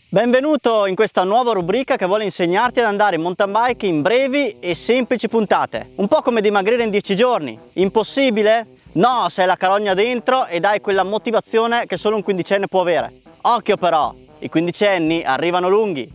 Benvenuto in questa nuova rubrica che vuole insegnarti ad andare in mountain bike in brevi e semplici puntate. Un po' come dimagrire in 10 giorni. Impossibile? No, se hai la carogna dentro e dai quella motivazione che solo un quindicenne può avere. Occhio però, i quindicenni arrivano lunghi.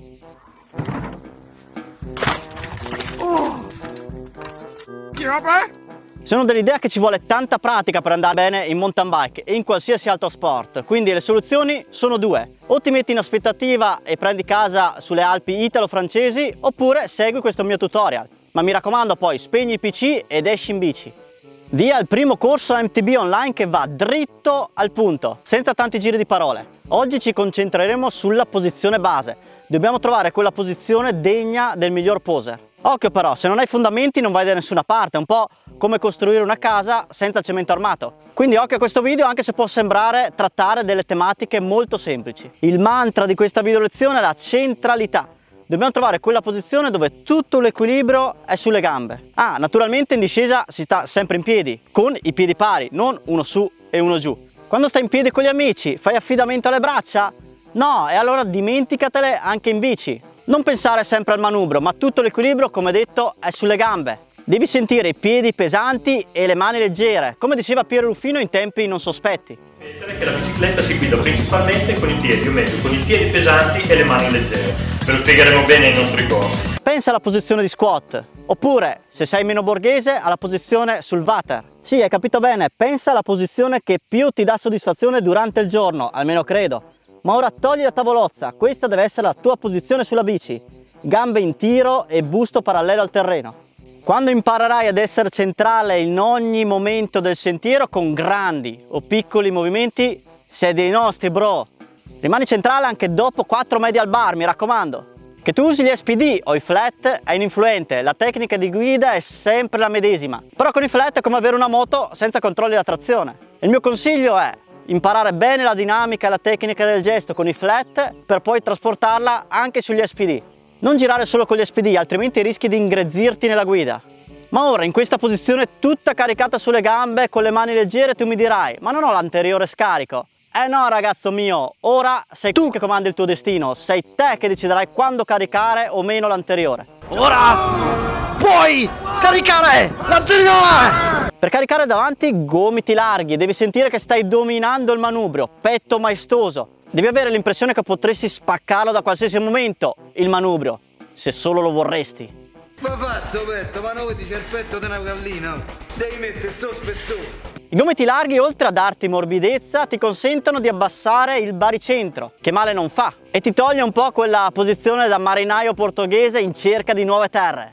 Sono dell'idea che ci vuole tanta pratica per andare bene in mountain bike e in qualsiasi altro sport, quindi le soluzioni sono due: o ti metti in aspettativa e prendi casa sulle Alpi italo-francesi, oppure segui questo mio tutorial. Ma mi raccomando, poi spegni il PC ed esci in bici. Via il primo corso MTB online che va dritto al punto, senza tanti giri di parole. Oggi ci concentreremo sulla posizione base. Dobbiamo trovare quella posizione degna del miglior poser. Occhio però, se non hai fondamenti non vai da nessuna parte, è un po' come costruire una casa senza cemento armato. Quindi occhio a questo video, anche se può sembrare trattare delle tematiche molto semplici. Il mantra di questa video lezione è la centralità. Dobbiamo trovare quella posizione dove tutto l'equilibrio è sulle gambe. Naturalmente in discesa si sta sempre in piedi, con i piedi pari, non uno su e uno giù. Quando stai in piedi con gli amici, fai affidamento alle braccia? No, e allora dimenticatele anche in bici. Non pensare sempre al manubrio, ma tutto l'equilibrio, come detto, è sulle gambe. Devi sentire i piedi pesanti e le mani leggere, come diceva Piero Ruffino in tempi non sospetti. Che la bicicletta si guida principalmente con i piedi, o meglio, con i piedi pesanti e le mani leggere. Ve lo spiegheremo bene nei nostri corsi. Pensa alla posizione di squat, oppure, se sei meno borghese, alla posizione sul water. Sì, hai capito bene, pensa alla posizione che più ti dà soddisfazione durante il giorno, almeno credo. Ma ora togli la tavolozza, questa deve essere la tua posizione sulla bici. Gambe in tiro e busto parallelo al terreno. Quando imparerai ad essere centrale in ogni momento del sentiero con grandi o piccoli movimenti, sei dei nostri, bro. Rimani centrale anche dopo 4 medial bar, mi raccomando. Che tu usi gli SPD o i flat è ininfluente, la tecnica di guida è sempre la medesima. Però con i flat è come avere una moto senza controlli da trazione. Il mio consiglio è imparare bene la dinamica e la tecnica del gesto con i flat per poi trasportarla anche sugli SPD. Non girare solo con gli SPD, altrimenti rischi di ingrezzirti nella guida. Ma ora in questa posizione tutta caricata sulle gambe con le mani leggere tu mi dirai: ma non ho l'anteriore scarico. No ragazzo mio, ora sei tu che comandi il tuo destino, sei te che deciderai quando caricare o meno l'anteriore. Ora puoi caricare l'anteriore! Per caricare davanti gomiti larghi, devi sentire che stai dominando il manubrio, petto maestoso. Devi avere l'impressione che potresti spaccarlo da qualsiasi momento, il manubrio, se solo lo vorresti. Ma fa sto petto, ma non vedi c'è il petto di una gallina? Devi mettere sto spessore. I gomiti larghi, oltre a darti morbidezza, ti consentono di abbassare il baricentro, che male non fa, e ti toglie un po' quella posizione da marinaio portoghese in cerca di nuove terre.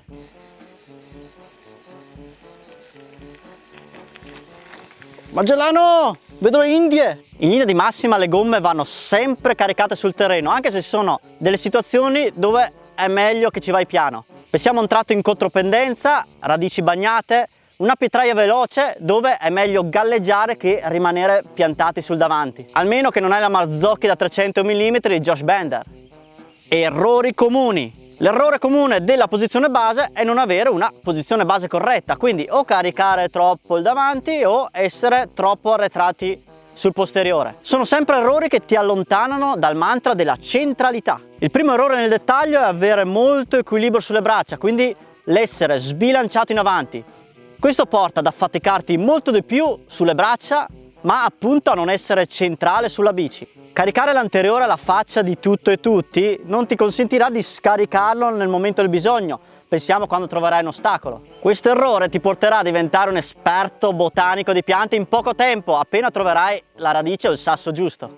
Magellano, vedo le Indie! In linea di massima le gomme vanno sempre caricate sul terreno, anche se ci sono delle situazioni dove è meglio che ci vai piano. Pensiamo a un tratto in contropendenza, radici bagnate, una pietraia veloce dove è meglio galleggiare che rimanere piantati sul davanti. Almeno che non hai la Marzocchi da 300 mm di Josh Bender. Errori comuni. L'errore comune della posizione base è non avere una posizione base corretta, quindi o caricare troppo il davanti o essere troppo arretrati sul posteriore. Sono sempre errori che ti allontanano dal mantra della centralità. Il primo errore nel dettaglio è avere molto equilibrio sulle braccia, quindi l'essere sbilanciato in avanti. Questo porta ad affaticarti molto di più sulle braccia, ma appunto a non essere centrale sulla bici. Caricare l'anteriore alla faccia di tutto e tutti non ti consentirà di scaricarlo nel momento del bisogno. Pensiamo quando troverai un ostacolo. Questo errore ti porterà a diventare un esperto botanico di piante in poco tempo, appena troverai la radice o il sasso giusto.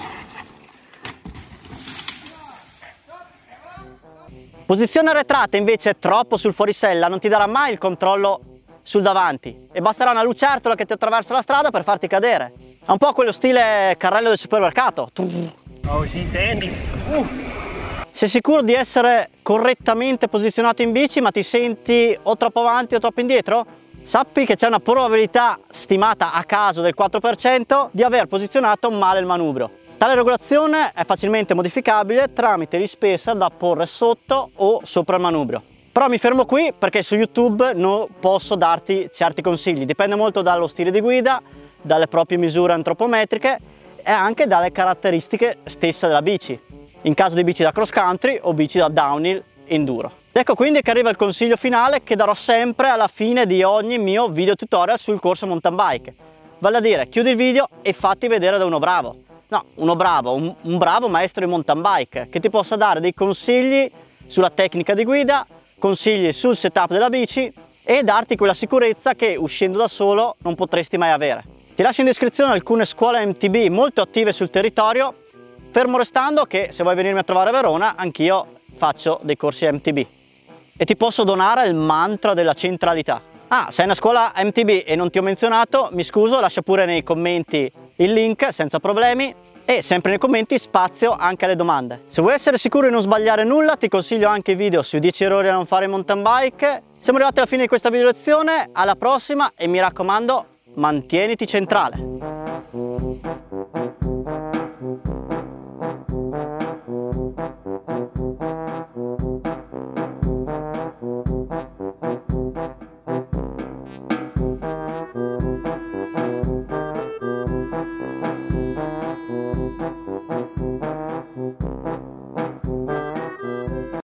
Posizione arretrata invece troppo sul fuorisella non ti darà mai il controllo sul davanti e basterà una lucertola che ti attraversa la strada per farti cadere. È un po' quello stile carrello del supermercato. Oh, ci senti? Sei sicuro di essere correttamente posizionato in bici ma ti senti o troppo avanti o troppo indietro? Sappi che c'è una probabilità stimata a caso del 4% di aver posizionato male il manubrio. Tale regolazione è facilmente modificabile tramite rispesa da porre sotto o sopra il manubrio. Però mi fermo qui perché su YouTube non posso darti certi consigli, dipende molto dallo stile di guida, dalle proprie misure antropometriche e anche dalle caratteristiche stesse della bici. in caso di bici da cross country o bici da downhill enduro. Ecco quindi che arriva il consiglio finale che darò sempre alla fine di ogni mio video tutorial sul corso mountain bike. Vale a dire, chiudi il video e fatti vedere da uno bravo. No, uno bravo, un bravo maestro di mountain bike che ti possa dare dei consigli sulla tecnica di guida, consigli sul setup della bici e darti quella sicurezza che uscendo da solo non potresti mai avere. Ti lascio in descrizione alcune scuole MTB molto attive sul territorio, fermo restando che se vuoi venirmi a trovare a Verona anch'io faccio dei corsi MTB e ti posso donare il mantra della centralità. Ah, sei una scuola MTB e non ti ho menzionato, mi scuso, lascia pure nei commenti il link senza problemi e sempre nei commenti spazio anche alle domande. Se vuoi essere sicuro di non sbagliare nulla ti consiglio anche i video sui 10 errori a non fare mountain bike. Siamo arrivati alla fine di questa video lezione, alla prossima e mi raccomando mantieniti centrale.